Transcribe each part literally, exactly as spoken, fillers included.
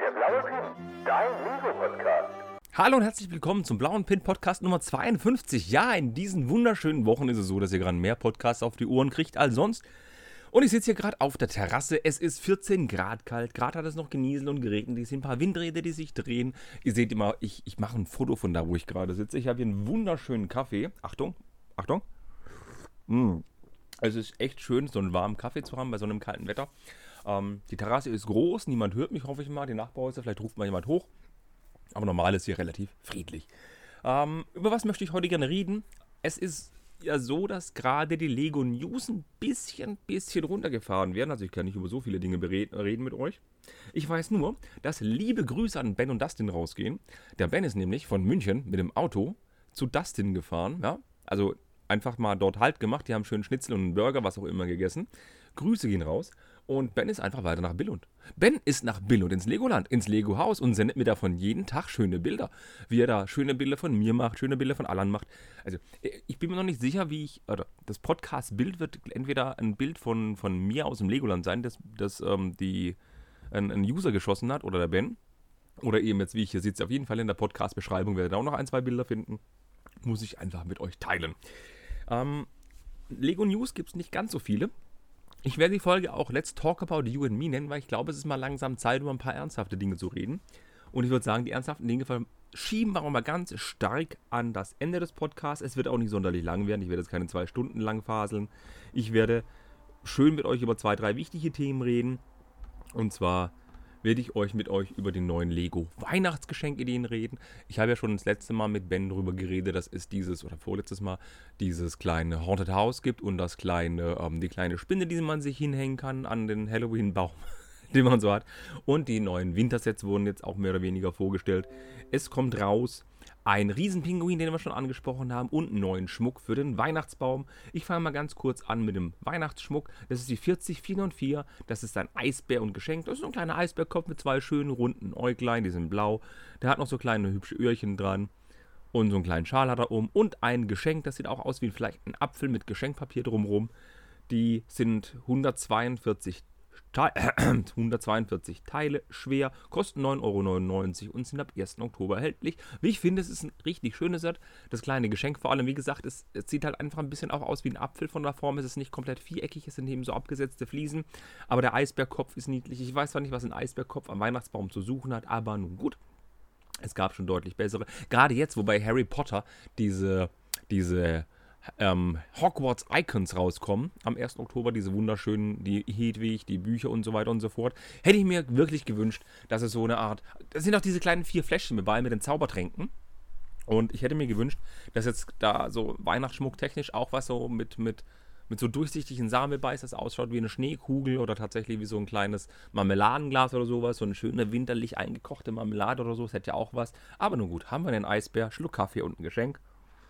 Der blaue Pin, dein Lego-Podcast. Hallo und herzlich willkommen zum Blauen Pin Podcast Nummer zweiundfünfzig. Ja, in diesen wunderschönen Wochen ist es so, dass ihr gerade mehr Podcasts auf die Ohren kriegt als sonst. Und ich sitze hier gerade auf der Terrasse. Es ist vierzehn Grad kalt. Gerade hat es noch genieselt und geregnet. Es sind ein paar Windräder, die sich drehen. Ihr seht immer, ich, ich mache ein Foto von da, wo ich gerade sitze. Ich habe hier einen wunderschönen Kaffee. Achtung, Achtung. Mm. Es ist echt schön, so einen warmen Kaffee zu haben bei so einem kalten Wetter. Ähm, die Terrasse ist groß. Niemand hört mich, hoffe ich mal. Die Nachbarhäuser, vielleicht ruft mal jemand hoch. Aber normal ist hier relativ friedlich. Ähm, über was möchte ich heute gerne reden? Es ist ja so, dass gerade die Lego News ein bisschen, bisschen runtergefahren werden. Also ich kann nicht über so viele Dinge reden mit euch. Ich weiß nur, dass liebe Grüße an Ben und Dustin rausgehen. Der Ben ist nämlich von München mit dem Auto zu Dustin gefahren. Ja? Also einfach mal dort Halt gemacht. Die haben schön Schnitzel und einen Burger, was auch immer, gegessen. Grüße gehen raus. Und Ben ist einfach weiter nach Billund. Ben ist nach Billund ins Legoland, ins Lego-Haus und sendet mir davon jeden Tag schöne Bilder. Wie er da schöne Bilder von mir macht, schöne Bilder von Alan macht. Also ich bin mir noch nicht sicher, wie ich, oder das Podcast-Bild wird entweder ein Bild von, von mir aus dem Legoland sein, das, das ähm, die, ein, ein User geschossen hat, oder der Ben. Oder eben jetzt, wie ich hier sitze, auf jeden Fall in der Podcast-Beschreibung werdet ihr auch noch ein, zwei Bilder finden. Muss ich einfach mit euch teilen. Ähm, Lego News gibt es nicht ganz so viele. Ich werde die Folge auch Let's Talk About You and Me nennen, weil ich glaube, es ist mal langsam Zeit, über ein paar ernsthafte Dinge zu reden. Und ich würde sagen, die ernsthaften Dinge verschieben wir mal ganz stark an das Ende des Podcasts. Es wird auch nicht sonderlich lang werden. Ich werde jetzt keine zwei Stunden lang faseln. Ich werde schön mit euch über zwei, drei wichtige Themen reden. Und zwar werde ich euch mit euch über die neuen Lego Weihnachtsgeschenkideen reden. Ich habe ja schon das letzte Mal mit Ben darüber geredet, dass es dieses, oder vorletztes Mal, dieses kleine Haunted House gibt und das kleine, ähm, die kleine Spinne, die man sich hinhängen kann an den Halloween-Baum, den man so hat. Und die neuen Wintersets wurden jetzt auch mehr oder weniger vorgestellt. Es kommt raus ein Riesenpinguin, den wir schon angesprochen haben, und einen neuen Schmuck für den Weihnachtsbaum. Ich fange mal ganz kurz an mit dem Weihnachtsschmuck. Das ist die vierzig vierhundertvier. Das ist ein Eisbär und Geschenk. Das ist so ein kleiner Eisbärkopf mit zwei schönen runden Äuglein, die sind blau. Der hat noch so kleine hübsche Öhrchen dran. Und so einen kleinen Schal hat er oben. Und ein Geschenk, das sieht auch aus wie vielleicht ein Apfel mit Geschenkpapier drumherum. Die sind hundertzweiundvierzig hundertzweiundvierzig Teile schwer, kosten neun Euro neunundneunzig und sind ab ersten Oktober erhältlich. Wie ich finde, es ist ein richtig schönes Set. Das kleine Geschenk vor allem, wie gesagt, es, es sieht halt einfach ein bisschen auch aus wie ein Apfel von der Form. Es ist nicht komplett viereckig, es sind eben so abgesetzte Fliesen. Aber der Eisbärkopf ist niedlich. Ich weiß zwar nicht, was ein Eisbärkopf am Weihnachtsbaum zu suchen hat, aber nun gut. Es gab schon deutlich bessere. Gerade jetzt, wobei Harry Potter diese, diese Ähm, Hogwarts Icons rauskommen, am ersten Oktober, diese wunderschönen, die Hedwig, die Bücher und so weiter und so fort, hätte ich mir wirklich gewünscht, dass es so eine Art, das sind auch diese kleinen vier Fläschchen mit bei, mit den Zaubertränken, und ich hätte mir gewünscht, dass jetzt da so Weihnachtsschmuck technisch auch was so mit, mit, mit so durchsichtigen Samen bei ist, das ausschaut wie eine Schneekugel oder tatsächlich wie so ein kleines Marmeladenglas oder sowas, so eine schöne winterlich eingekochte Marmelade oder so, das hätte ja auch was, aber nun gut, haben wir den Eisbär, Schluck Kaffee und ein Geschenk.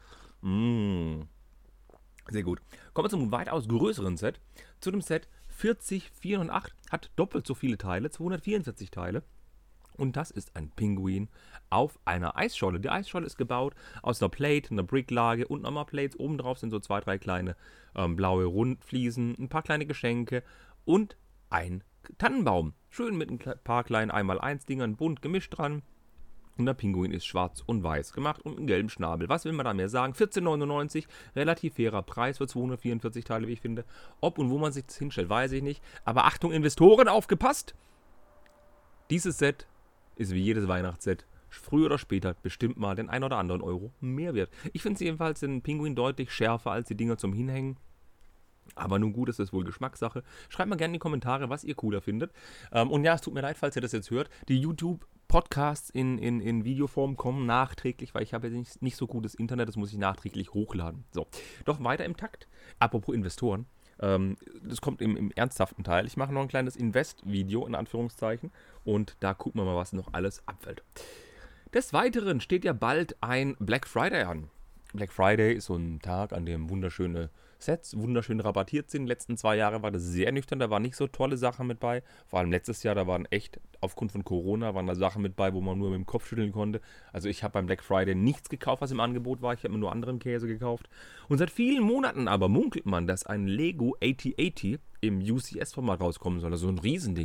Mmh. Sehr gut. Kommen wir zum weitaus größeren Set. Zu dem Set vierzig vierhundertacht, hat doppelt so viele Teile, zweihundertvierundvierzig Teile. Und das ist ein Pinguin auf einer Eisscholle. Die Eisscholle ist gebaut aus einer Plate, einer Bricklage und nochmal Plates. Obendrauf sind so zwei, drei kleine ähm, blaue Rundfliesen, ein paar kleine Geschenke und ein Tannenbaum. Schön mit ein paar kleinen eins mal eins Dingern bunt gemischt dran. Und der Pinguin ist schwarz und weiß gemacht und einen gelben Schnabel. Was will man da mehr sagen? vierzehn neunundneunzig, relativ fairer Preis für zweihundertvierundvierzig Teile, wie ich finde. Ob und wo man sich das hinstellt, weiß ich nicht. Aber Achtung, Investoren, aufgepasst! Dieses Set ist wie jedes Weihnachtsset früher oder später bestimmt mal den ein oder anderen Euro mehr wert. Ich finde es jedenfalls den Pinguin deutlich schärfer als die Dinger zum Hinhängen. Aber nun gut, das ist wohl Geschmackssache. Schreibt mal gerne in die Kommentare, was ihr cooler findet. Ähm, und ja, es tut mir leid, falls ihr das jetzt hört. Die YouTube-Podcasts in, in, in Videoform kommen nachträglich, weil ich habe ja nicht, nicht so gutes Internet, das muss ich nachträglich hochladen. So, doch weiter im Takt. Apropos Investoren. Ähm, das kommt im, im ernsthaften Teil. Ich mache noch ein kleines Invest-Video, in Anführungszeichen. Und da gucken wir mal, was noch alles abfällt. Des Weiteren steht ja bald ein Black Friday an. Black Friday ist so ein Tag, an dem wunderschöne Sets wunderschön rabattiert sind. Die letzten zwei Jahre war das sehr nüchtern, da waren nicht so tolle Sachen mit bei. Vor allem letztes Jahr, da waren echt, aufgrund von Corona, waren da Sachen mit bei, wo man nur mit dem Kopf schütteln konnte. Also ich habe beim Black Friday nichts gekauft, was im Angebot war. Ich habe mir nur anderen Käse gekauft. Und seit vielen Monaten aber munkelt man, dass ein Lego achtzig achtzig im U C S-Format rauskommen soll. Also so ein Riesending.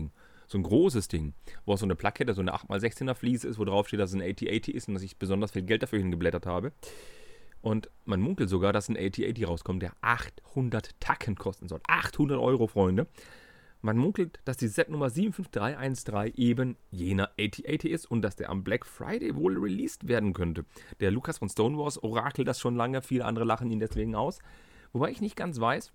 so ein großes Ding, wo auch so eine Plakette, so eine acht mal sechzehner Fliese ist, wo drauf steht, dass es ein achtzig achtzig ist und dass ich besonders viel Geld dafür hingeblättert habe. Und man munkelt sogar, dass ein achtzig achtzig rauskommt, der achthundert Tacken kosten soll. achthundert Euro, Freunde. Man munkelt, dass die Set-Nummer sieben fünf drei eins drei eben jener achtzig achtzig ist und dass der am Black Friday wohl released werden könnte. Der Lukas von Stonewalls orakelt das schon lange, viele andere lachen ihn deswegen aus. Wobei ich nicht ganz weiß,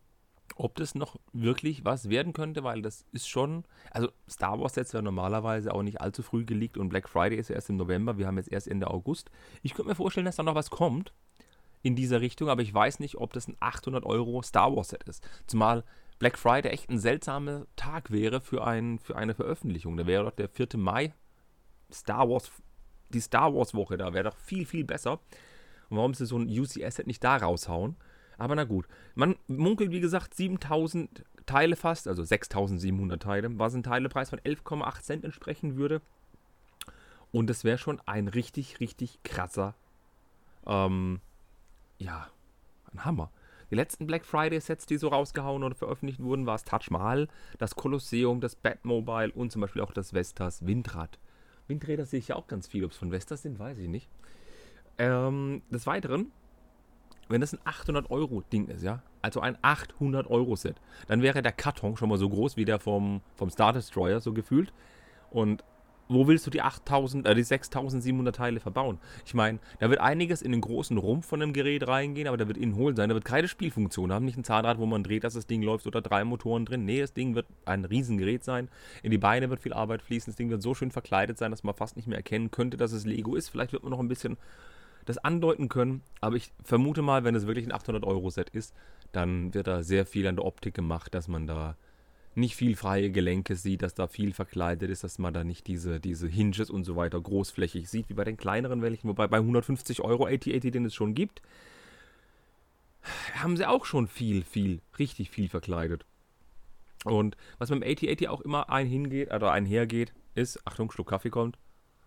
ob das noch wirklich was werden könnte, weil das ist schon, also Star Wars Sets werden normalerweise auch nicht allzu früh geleakt und Black Friday ist ja erst im November, wir haben jetzt erst Ende August. Ich könnte mir vorstellen, dass da noch was kommt in dieser Richtung, aber ich weiß nicht, ob das ein achthundert Euro Star Wars Set ist. Zumal Black Friday echt ein seltsamer Tag wäre für, ein, für eine Veröffentlichung. Da wäre doch der vierte Mai, Star Wars, die Star Wars Woche, da wäre doch viel, viel besser. Und warum sie so ein U C S-Set nicht da raushauen? Aber na gut. Man munkelt, wie gesagt, siebentausend Teile fast, also sechstausendsiebenhundert Teile, was ein Teilepreis von elf Komma acht Cent entsprechen würde. Und das wäre schon ein richtig, richtig krasser, ähm, ja, ein Hammer. Die letzten Black Friday Sets, die so rausgehauen oder veröffentlicht wurden, war das Taj Mahal, das Kolosseum, das Batmobile und zum Beispiel auch das Vestas Windrad. Windräder sehe ich ja auch ganz viel. Ob es von Vestas sind, weiß ich nicht. Ähm, des Weiteren, wenn das ein achthundert Euro Ding ist, ja, also ein achthundert Euro Set, dann wäre der Karton schon mal so groß wie der vom, vom Star Destroyer, so gefühlt. Und wo willst du die achttausend, äh, die sechstausendsiebenhundert Teile verbauen? Ich meine, da wird einiges in den großen Rumpf von dem Gerät reingehen, aber da wird innen hohl sein. Da wird keine Spielfunktion haben, nicht ein Zahnrad, wo man dreht, dass das Ding läuft oder drei Motoren drin. Nee, das Ding wird ein Riesengerät sein. In die Beine wird viel Arbeit fließen. Das Ding wird so schön verkleidet sein, dass man fast nicht mehr erkennen könnte, dass es Lego ist. Vielleicht wird man noch ein bisschen das andeuten können, aber ich vermute mal, wenn es wirklich ein achthundert Euro Set ist, dann wird da sehr viel an der Optik gemacht, dass man da nicht viel freie Gelenke sieht, dass da viel verkleidet ist, dass man da nicht diese, diese Hinges und so weiter großflächig sieht, wie bei den kleineren welchen, wobei bei hundertfünfzig Euro achtzig achtzig, den es schon gibt, haben sie auch schon viel, viel, richtig viel verkleidet. Und was mit dem achtzig achtzig auch immer einhingeht, oder einhergeht, ist, Achtung, Schluck Kaffee kommt,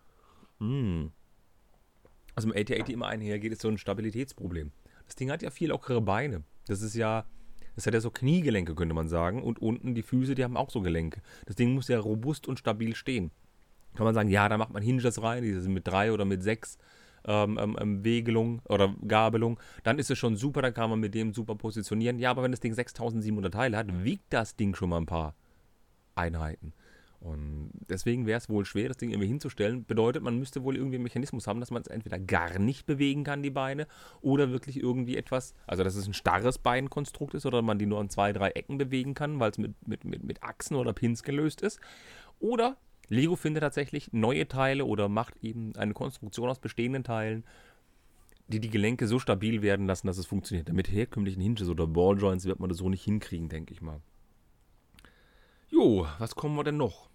hm, was mit dem achtzig achtzig immer einhergeht, ist so ein Stabilitätsproblem. Das Ding hat ja viel lockere Beine. Das ist ja, das hat ja so Kniegelenke, könnte man sagen. Und unten die Füße, die haben auch so Gelenke. Das Ding muss ja robust und stabil stehen. Kann man sagen, ja, da macht man Hinges rein, die sind mit drei oder mit sechs ähm, ähm, Wegelung oder Gabelung. Dann ist es schon super, dann kann man mit dem super positionieren. Ja, aber wenn das Ding sechstausendsiebenhundert Teile hat, wiegt das Ding schon mal ein paar Einheiten. Und deswegen wäre es wohl schwer, das Ding irgendwie hinzustellen. Bedeutet, man müsste wohl irgendwie einen Mechanismus haben, dass man es entweder gar nicht bewegen kann, die Beine, oder wirklich irgendwie etwas, also dass es ein starres Beinkonstrukt ist oder man die nur an zwei, drei Ecken bewegen kann, weil es mit, mit, mit, mit Achsen oder Pins gelöst ist. Oder Lego findet tatsächlich neue Teile oder macht eben eine Konstruktion aus bestehenden Teilen, die die Gelenke so stabil werden lassen, dass es funktioniert. Mit herkömmlichen Hinges oder Balljoints wird man das so nicht hinkriegen, denke ich mal. Jo, was kommen wir denn noch?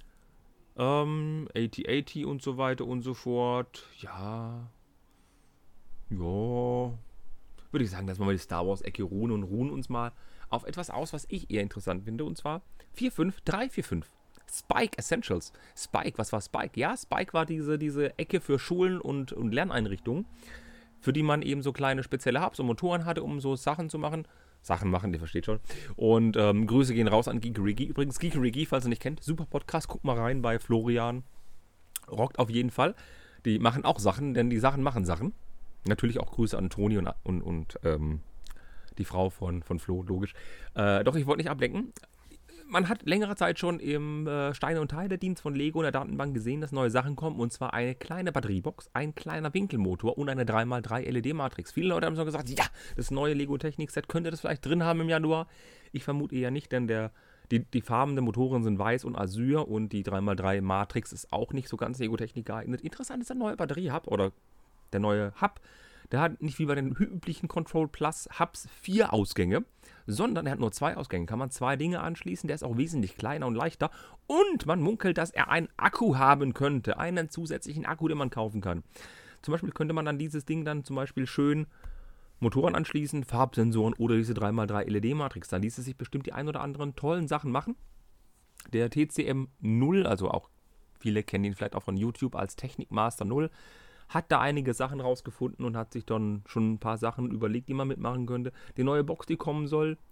Ähm, achtzig achtzig und so weiter und so fort. Ja. Ja. Würde ich sagen, dass wir mal die Star Wars Ecke ruhen und ruhen uns mal auf etwas aus, was ich eher interessant finde. Und zwar vier fünf drei vier fünf. Spike Essentials. Spike, was war Spike? Ja, Spike war diese, diese Ecke für Schulen und, und Lerneinrichtungen, für die man eben so kleine spezielle Hubs und Motoren hatte, um so Sachen zu machen. Sachen machen, ihr versteht schon. Und ähm, Grüße gehen raus an Geekerigi. Übrigens, Geekerigi, falls ihr nicht kennt, super Podcast, guckt mal rein bei Florian. Rockt auf jeden Fall. Die machen auch Sachen, denn die Sachen machen Sachen. Natürlich auch Grüße an Toni und, und, und ähm, die Frau von, von Flo, logisch. Äh, doch, ich wollte nicht ablenken. Man hat längere Zeit schon im äh, Steine- und Teile-Dienst von Lego in der Datenbank gesehen, dass neue Sachen kommen. Und zwar eine kleine Batteriebox, ein kleiner Winkelmotor und eine drei mal drei L E D-Matrix. Viele Leute haben so gesagt, ja, das neue Lego-Technik-Set könnte das vielleicht drin haben im Januar. Ich vermute eher nicht, denn der, die, die Farben der Motoren sind weiß und azur und die drei mal drei Matrix ist auch nicht so ganz Lego-Technik geeignet. Interessant ist der neue Batterie-Hub oder der neue Hub. Der hat nicht wie bei den üblichen Control Plus Hubs vier Ausgänge, sondern er hat nur zwei Ausgänge. Kann man zwei Dinge anschließen. Der ist auch wesentlich kleiner und leichter. Und man munkelt, dass er einen Akku haben könnte. Einen zusätzlichen Akku, den man kaufen kann. Zum Beispiel könnte man dann dieses Ding dann zum Beispiel schön Motoren anschließen, Farbsensoren oder diese drei mal drei L E D-Matrix. Dann ließe sich bestimmt die ein oder anderen tollen Sachen machen. Der T C M null, also auch viele kennen ihn vielleicht auch von YouTube als Technikmaster null, hat da einige Sachen rausgefunden und hat sich dann schon ein paar Sachen überlegt, die man mitmachen könnte. Die neue Box, die kommen soll,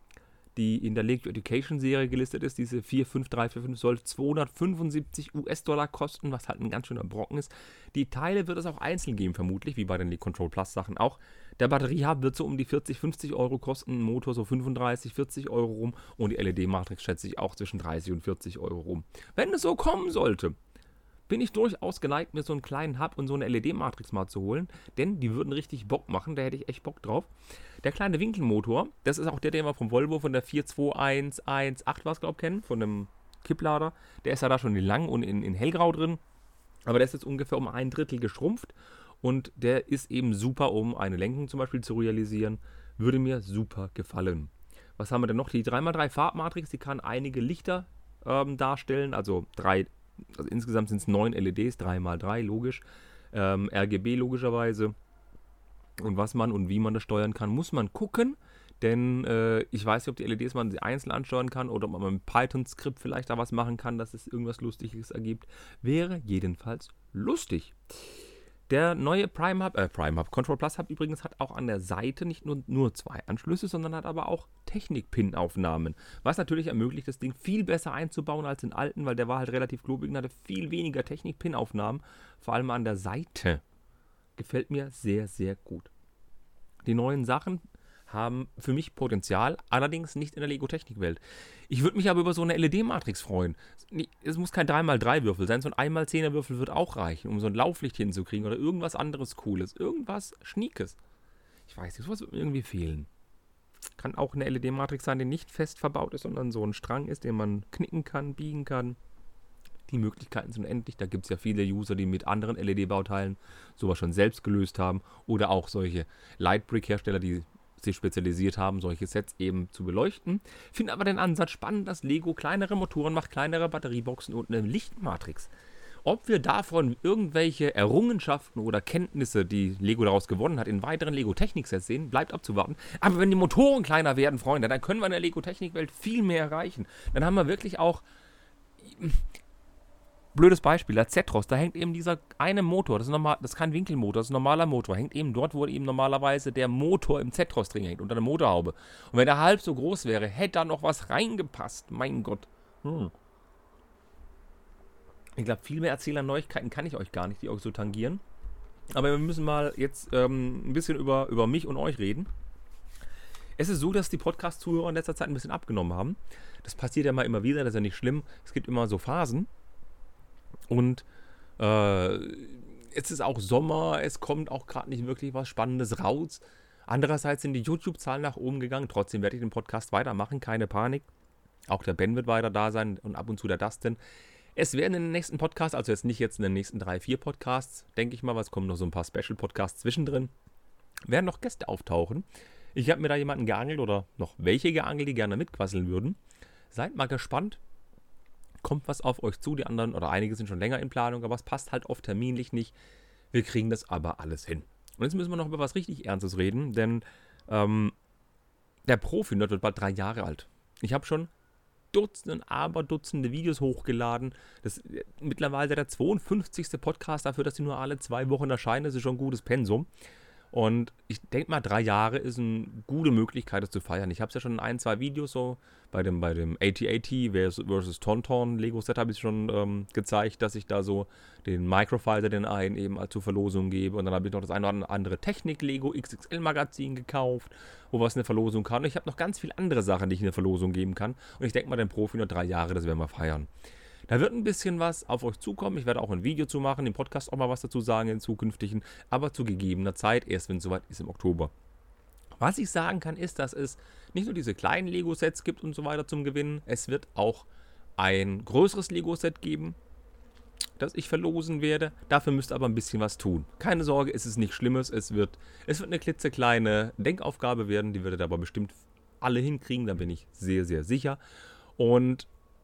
die in der Lego Education Serie gelistet ist. Diese vier fünf drei vier fünf soll zweihundertfünfundsiebzig US-Dollar kosten, was halt ein ganz schöner Brocken ist. Die Teile wird es auch einzeln geben, vermutlich, wie bei den Lego Control Plus Sachen auch. Der Batteriehub wird so um die vierzig, fünfzig Euro kosten, ein Motor so fünfunddreißig, vierzig Euro rum und die L E D-Matrix schätze ich auch zwischen dreißig und vierzig Euro rum. Wenn es so kommen sollte, bin ich durchaus geneigt, mir so einen kleinen Hub und so eine L E D-Matrix mal zu holen, denn die würden richtig Bock machen, da hätte ich echt Bock drauf. Der kleine Winkelmotor, das ist auch der, den wir vom Volvo, von der vier zwei eins eins acht war es, glaube ich, kennen, von einem Kipplader. Der ist ja da schon in lang und in, in hellgrau drin, aber der ist jetzt ungefähr um ein Drittel geschrumpft und der ist eben super, um eine Lenkung zum Beispiel zu realisieren. Würde mir super gefallen. Was haben wir denn noch? Die drei mal drei Farbmatrix, die kann einige Lichter ähm, darstellen, also drei Also insgesamt sind es neun L E Ds, drei mal drei, logisch. Ähm, R G B logischerweise. Und was man und wie man das steuern kann, muss man gucken. Denn äh, ich weiß nicht, ob die L E Ds man sie einzeln ansteuern kann oder ob man mit einem Python-Skript vielleicht da was machen kann, dass es irgendwas Lustiges ergibt. Wäre jedenfalls lustig. Der neue Prime Hub, äh, Prime Hub, Control Plus Hub übrigens hat auch an der Seite nicht nur, nur zwei Anschlüsse, sondern hat aber auch Technik-Pin-Aufnahmen. Was natürlich ermöglicht, das Ding viel besser einzubauen als den alten, weil der war halt relativ klobig und hatte viel weniger Technik-Pin-Aufnahmen, vor allem an der Seite. Gefällt mir sehr, sehr gut. Die neuen Sachen haben für mich Potenzial, allerdings nicht in der Lego-Technik-Welt. Ich würde mich aber über so eine L E D-Matrix freuen. Es muss kein drei mal drei Würfel sein, so ein eins mal zehner Würfel wird auch reichen, um so ein Lauflicht hinzukriegen oder irgendwas anderes Cooles, irgendwas Schniekes. Ich weiß nicht, sowas wird mir irgendwie fehlen. Kann auch eine L E D-Matrix sein, die nicht fest verbaut ist, sondern so ein Strang ist, den man knicken kann, biegen kann. Die Möglichkeiten sind unendlich. Da gibt es ja viele User, die mit anderen L E D-Bauteilen sowas schon selbst gelöst haben oder auch solche Lightbrick-Hersteller, die sich spezialisiert haben, solche Sets eben zu beleuchten. Finde aber den Ansatz spannend, dass Lego kleinere Motoren macht, kleinere Batterieboxen und eine Lichtmatrix. Ob wir davon irgendwelche Errungenschaften oder Kenntnisse, die Lego daraus gewonnen hat, in weiteren Lego-Technik-Sets sehen, bleibt abzuwarten. Aber wenn die Motoren kleiner werden, Freunde, dann können wir in der Lego-Technik-Welt viel mehr erreichen. Dann haben wir wirklich auch... Blödes Beispiel, der Zetros, da hängt eben dieser eine Motor, das ist, normal, das ist kein Winkelmotor, das ist ein normaler Motor, hängt eben dort, wo eben normalerweise der Motor im Zetros drin hängt, unter der Motorhaube. Und wenn er halb so groß wäre, hätte da noch was reingepasst, mein Gott. Hm. Ich glaube, viel mehr Erzähler-Neuigkeiten kann ich euch gar nicht, die euch so tangieren. Aber wir müssen mal jetzt ähm, ein bisschen über, über mich und euch reden. Es ist so, dass die Podcast-Zuhörer in letzter Zeit ein bisschen abgenommen haben. Das passiert ja mal immer wieder, das ist ja nicht schlimm. Es gibt immer so Phasen. Und äh, es ist auch Sommer, es kommt auch gerade nicht wirklich was Spannendes raus. Andererseits sind die YouTube-Zahlen nach oben gegangen. Trotzdem werde ich den Podcast weitermachen, keine Panik. Auch der Ben wird weiter da sein und ab und zu der Dustin. Es werden in den nächsten Podcasts, also jetzt nicht jetzt in den nächsten drei, vier Podcasts, denke ich mal, was kommen noch so ein paar Special-Podcasts zwischendrin, werden noch Gäste auftauchen. Ich habe mir da jemanden geangelt oder noch welche geangelt, die gerne mitquasseln würden. Seid mal gespannt. Kommt was auf euch zu, die anderen oder einige sind schon länger in Planung, aber es passt halt oft terminlich nicht. Wir kriegen das aber alles hin. Und jetzt müssen wir noch über was richtig Ernstes reden, denn ähm, der Profi-Nerd wird bald drei Jahre alt. Ich habe schon Dutzende, aber Dutzende Videos hochgeladen. Das ist mittlerweile der zweiundfünfzigste Podcast dafür, dass die nur alle zwei Wochen erscheinen. Das ist schon ein gutes Pensum. Und ich denke mal, drei Jahre ist eine gute Möglichkeit, das zu feiern. Ich habe es ja schon in ein, zwei Videos so bei dem, bei dem A T A T versus Tauntaun Lego-Set habe ich schon ähm, gezeigt, dass ich da so den Microfighter, den einen eben zur Verlosung gebe. Und dann habe ich noch das eine oder andere Technik-Lego X X L-Magazin gekauft, wo was eine Verlosung kann. Und ich habe noch ganz viele andere Sachen, die ich in eine Verlosung geben kann. Und ich denke mal, den Profi nur drei Jahre, das werden wir feiern. Da wird ein bisschen was auf euch zukommen. Ich werde auch ein Video zu machen, im Podcast auch mal was dazu sagen, in zukünftigen, aber zu gegebener Zeit, erst wenn es soweit ist im Oktober. Was ich sagen kann, ist, dass es nicht nur diese kleinen Lego-Sets gibt und so weiter zum Gewinnen, es wird auch ein größeres Lego-Set geben, das ich verlosen werde. Dafür müsst ihr aber ein bisschen was tun. Keine Sorge, es ist nichts Schlimmes, es wird, es wird eine klitzekleine Denkaufgabe werden, die werdet ihr aber bestimmt alle hinkriegen, da bin ich sehr, sehr sicher. Und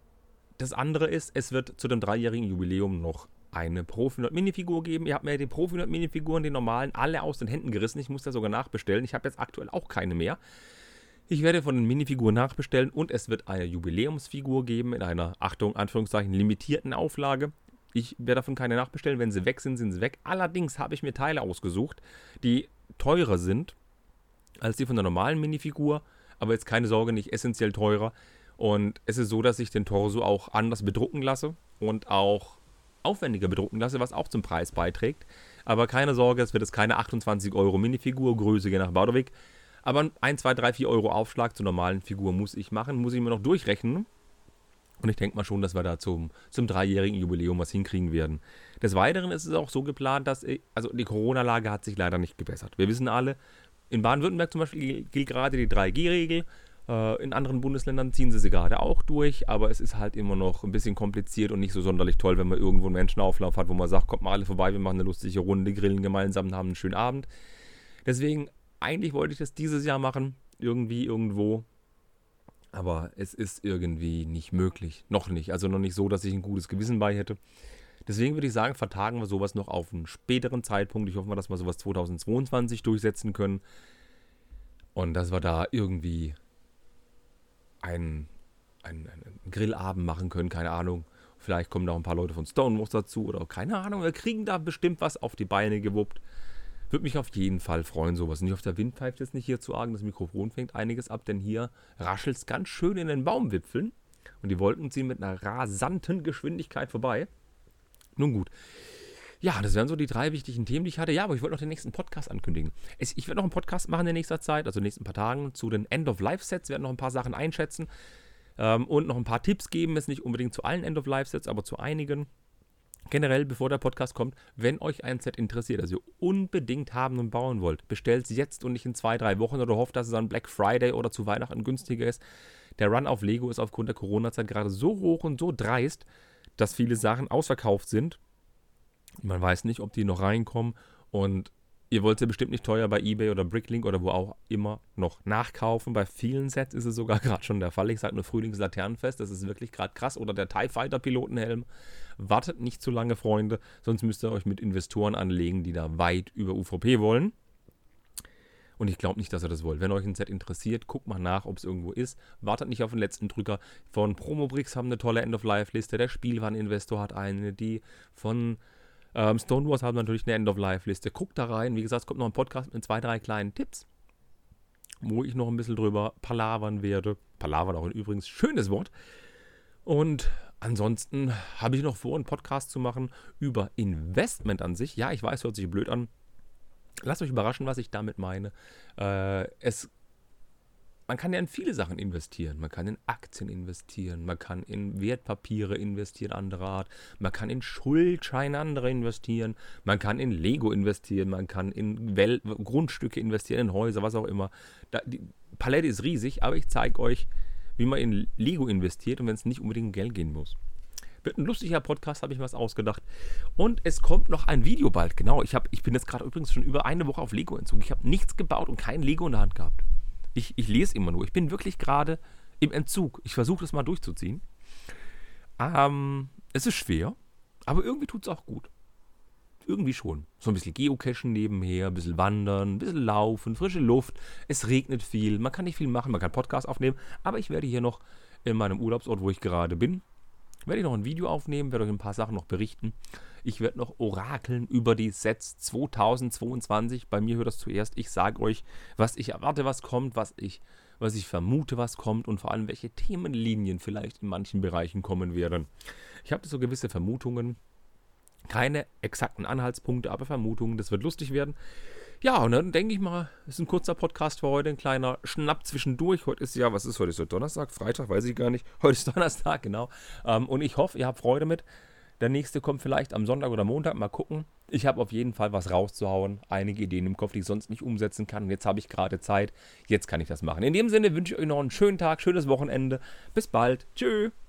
das andere ist, es wird zu dem dreijährigen Jubiläum noch eine Profi-Nerd-Minifigur geben. Ihr habt mir die Profi-Nerd-Minifiguren, die normalen, alle aus den Händen gerissen. Ich muss da sogar nachbestellen. Ich habe jetzt aktuell auch keine mehr. Ich werde von den Minifiguren nachbestellen und es wird eine Jubiläumsfigur geben in einer, Achtung, Anführungszeichen, limitierten Auflage. Ich werde davon keine nachbestellen. Wenn sie weg sind, sind sie weg. Allerdings habe ich mir Teile ausgesucht, die teurer sind als die von der normalen Minifigur, aber jetzt keine Sorge, nicht essentiell teurer. Und es ist so, dass ich den Torso auch anders bedrucken lasse und auch aufwendiger bedrucken lasse, was auch zum Preis beiträgt. Aber keine Sorge, es wird jetzt keine achtundzwanzig Euro Minifigur, Größe je nach Baudewig. Aber ein, zwei, drei, vier Euro Aufschlag zur normalen Figur muss ich machen, muss ich mir noch durchrechnen. Und ich denke mal schon, dass wir da zum, zum dreijährigen Jubiläum was hinkriegen werden. Des Weiteren ist es auch so geplant, dass, ich, also die Corona-Lage hat sich leider nicht gebessert. Wir wissen alle, in Baden-Württemberg zum Beispiel gilt gerade die drei G Regel. Äh, in anderen Bundesländern ziehen sie sie gerade auch durch, aber es ist halt immer noch ein bisschen kompliziert und nicht so sonderlich toll, wenn man irgendwo einen Menschenauflauf hat, wo man sagt, kommt mal alle vorbei, wir machen eine lustige Runde, grillen gemeinsam und haben einen schönen Abend. Deswegen, eigentlich wollte ich das dieses Jahr machen, irgendwie, irgendwo. Aber es ist irgendwie nicht möglich. Noch nicht. Also noch nicht so, dass ich ein gutes Gewissen bei hätte. Deswegen würde ich sagen, vertagen wir sowas noch auf einen späteren Zeitpunkt. Ich hoffe mal, dass wir sowas zweitausendzweiundzwanzig durchsetzen können. Und dass wir da irgendwie einen, einen, einen Grillabend machen können. Keine Ahnung. Vielleicht kommen noch ein paar Leute von Stonewalls dazu. Oder keine Ahnung. Wir kriegen da bestimmt was auf die Beine gewuppt. Würde mich auf jeden Fall freuen, sowas. Nicht auf der Wind pfeift jetzt nicht hier zu arg. Das Mikrofon fängt einiges ab, denn hier raschelt es ganz schön in den Baumwipfeln. Und die Wolken ziehen mit einer rasanten Geschwindigkeit vorbei. Nun gut. Ja, das wären so die drei wichtigen Themen, die ich hatte. Ja, aber ich wollte noch den nächsten Podcast ankündigen. Es, ich werde noch einen Podcast machen in nächster Zeit, also in den nächsten paar Tagen, zu den End-of-Life-Sets. Wir werden noch ein paar Sachen einschätzen ähm, und noch ein paar Tipps geben. Jetzt nicht unbedingt zu allen End-of-Life-Sets, aber zu einigen. Generell, bevor der Podcast kommt, wenn euch ein Set interessiert, das ihr unbedingt haben und bauen wollt, bestellt es jetzt und nicht in zwei, drei Wochen oder hofft, dass es an Black Friday oder zu Weihnachten günstiger ist. Der Run auf Lego ist aufgrund der Corona-Zeit gerade so hoch und so dreist, dass viele Sachen ausverkauft sind. Man weiß nicht, ob die noch reinkommen und ihr wollt sie bestimmt nicht teuer bei eBay oder Bricklink oder wo auch immer noch nachkaufen. Bei vielen Sets ist es sogar gerade schon der Fall. Ich sage nur Frühlingslaternenfest, das ist wirklich gerade krass. Oder der TIE Fighter Pilotenhelm. Wartet nicht zu lange, Freunde, sonst müsst ihr euch mit Investoren anlegen, die da weit über U V P wollen. Und ich glaube nicht, dass ihr das wollt. Wenn euch ein Set interessiert, guckt mal nach, ob es irgendwo ist. Wartet nicht auf den letzten Drücker. Von Promobricks haben eine tolle End-of-Life-Liste. Der Spielwareninvestor hat eine. Die von ähm, Stonewalls haben natürlich eine End-of-Life-Liste. Guckt da rein. Wie gesagt, es kommt noch ein Podcast mit zwei, drei kleinen Tipps, wo ich noch ein bisschen drüber palavern werde. Palavern auch ein übrigens schönes Wort. Und ansonsten habe ich noch vor, einen Podcast zu machen über Investment an sich. Ja, ich weiß, hört sich blöd an. Lasst euch überraschen, was ich damit meine. Äh, es, man kann ja in viele Sachen investieren. Man kann in Aktien investieren, man kann in Wertpapiere investieren anderer Art, man kann in Schuldscheine anderer investieren, man kann in Lego investieren, man kann in Wel- Grundstücke investieren, in Häuser, was auch immer. Da, die Palette ist riesig, aber ich zeige euch, wie man in Lego investiert und wenn es nicht unbedingt um Geld gehen muss. Wird ein lustiger Podcast, habe ich mir was ausgedacht. Und es kommt noch ein Video bald, genau. Ich, hab, ich bin jetzt gerade übrigens schon über eine Woche auf Lego-Entzug. Ich habe nichts gebaut und kein Lego in der Hand gehabt. Ich, ich lese immer nur. Ich bin wirklich gerade im Entzug. Ich versuche das mal durchzuziehen. Ähm, es ist schwer, aber irgendwie tut es auch gut. Irgendwie schon. So ein bisschen Geocachen nebenher, ein bisschen wandern, ein bisschen laufen, frische Luft. Es regnet viel, man kann nicht viel machen, man kann Podcast aufnehmen. Aber ich werde hier noch in meinem Urlaubsort, wo ich gerade bin, werde ich noch ein Video aufnehmen, werde euch ein paar Sachen noch berichten. Ich werde noch orakeln über die Sets zweitausendzweiundzwanzig. Bei mir hört das zuerst. Ich sage euch, was ich erwarte, was kommt, was ich, was ich vermute, was kommt und vor allem, welche Themenlinien vielleicht in manchen Bereichen kommen werden. Ich habe so gewisse Vermutungen. Keine exakten Anhaltspunkte, aber Vermutungen. Das wird lustig werden. Ja, und dann denke ich mal, es ist ein kurzer Podcast für heute, ein kleiner Schnapp zwischendurch. Heute ist ja, was ist heute? Ist heute Donnerstag, Freitag, weiß ich gar nicht. Heute ist Donnerstag, genau. Ähm, und ich hoffe, ihr habt Freude mit. Der nächste kommt vielleicht am Sonntag oder Montag, mal gucken. Ich habe auf jeden Fall was rauszuhauen, einige Ideen im Kopf, die ich sonst nicht umsetzen kann. Und jetzt habe ich gerade Zeit, jetzt kann ich das machen. In dem Sinne wünsche ich euch noch einen schönen Tag, schönes Wochenende. Bis bald. Tschüss.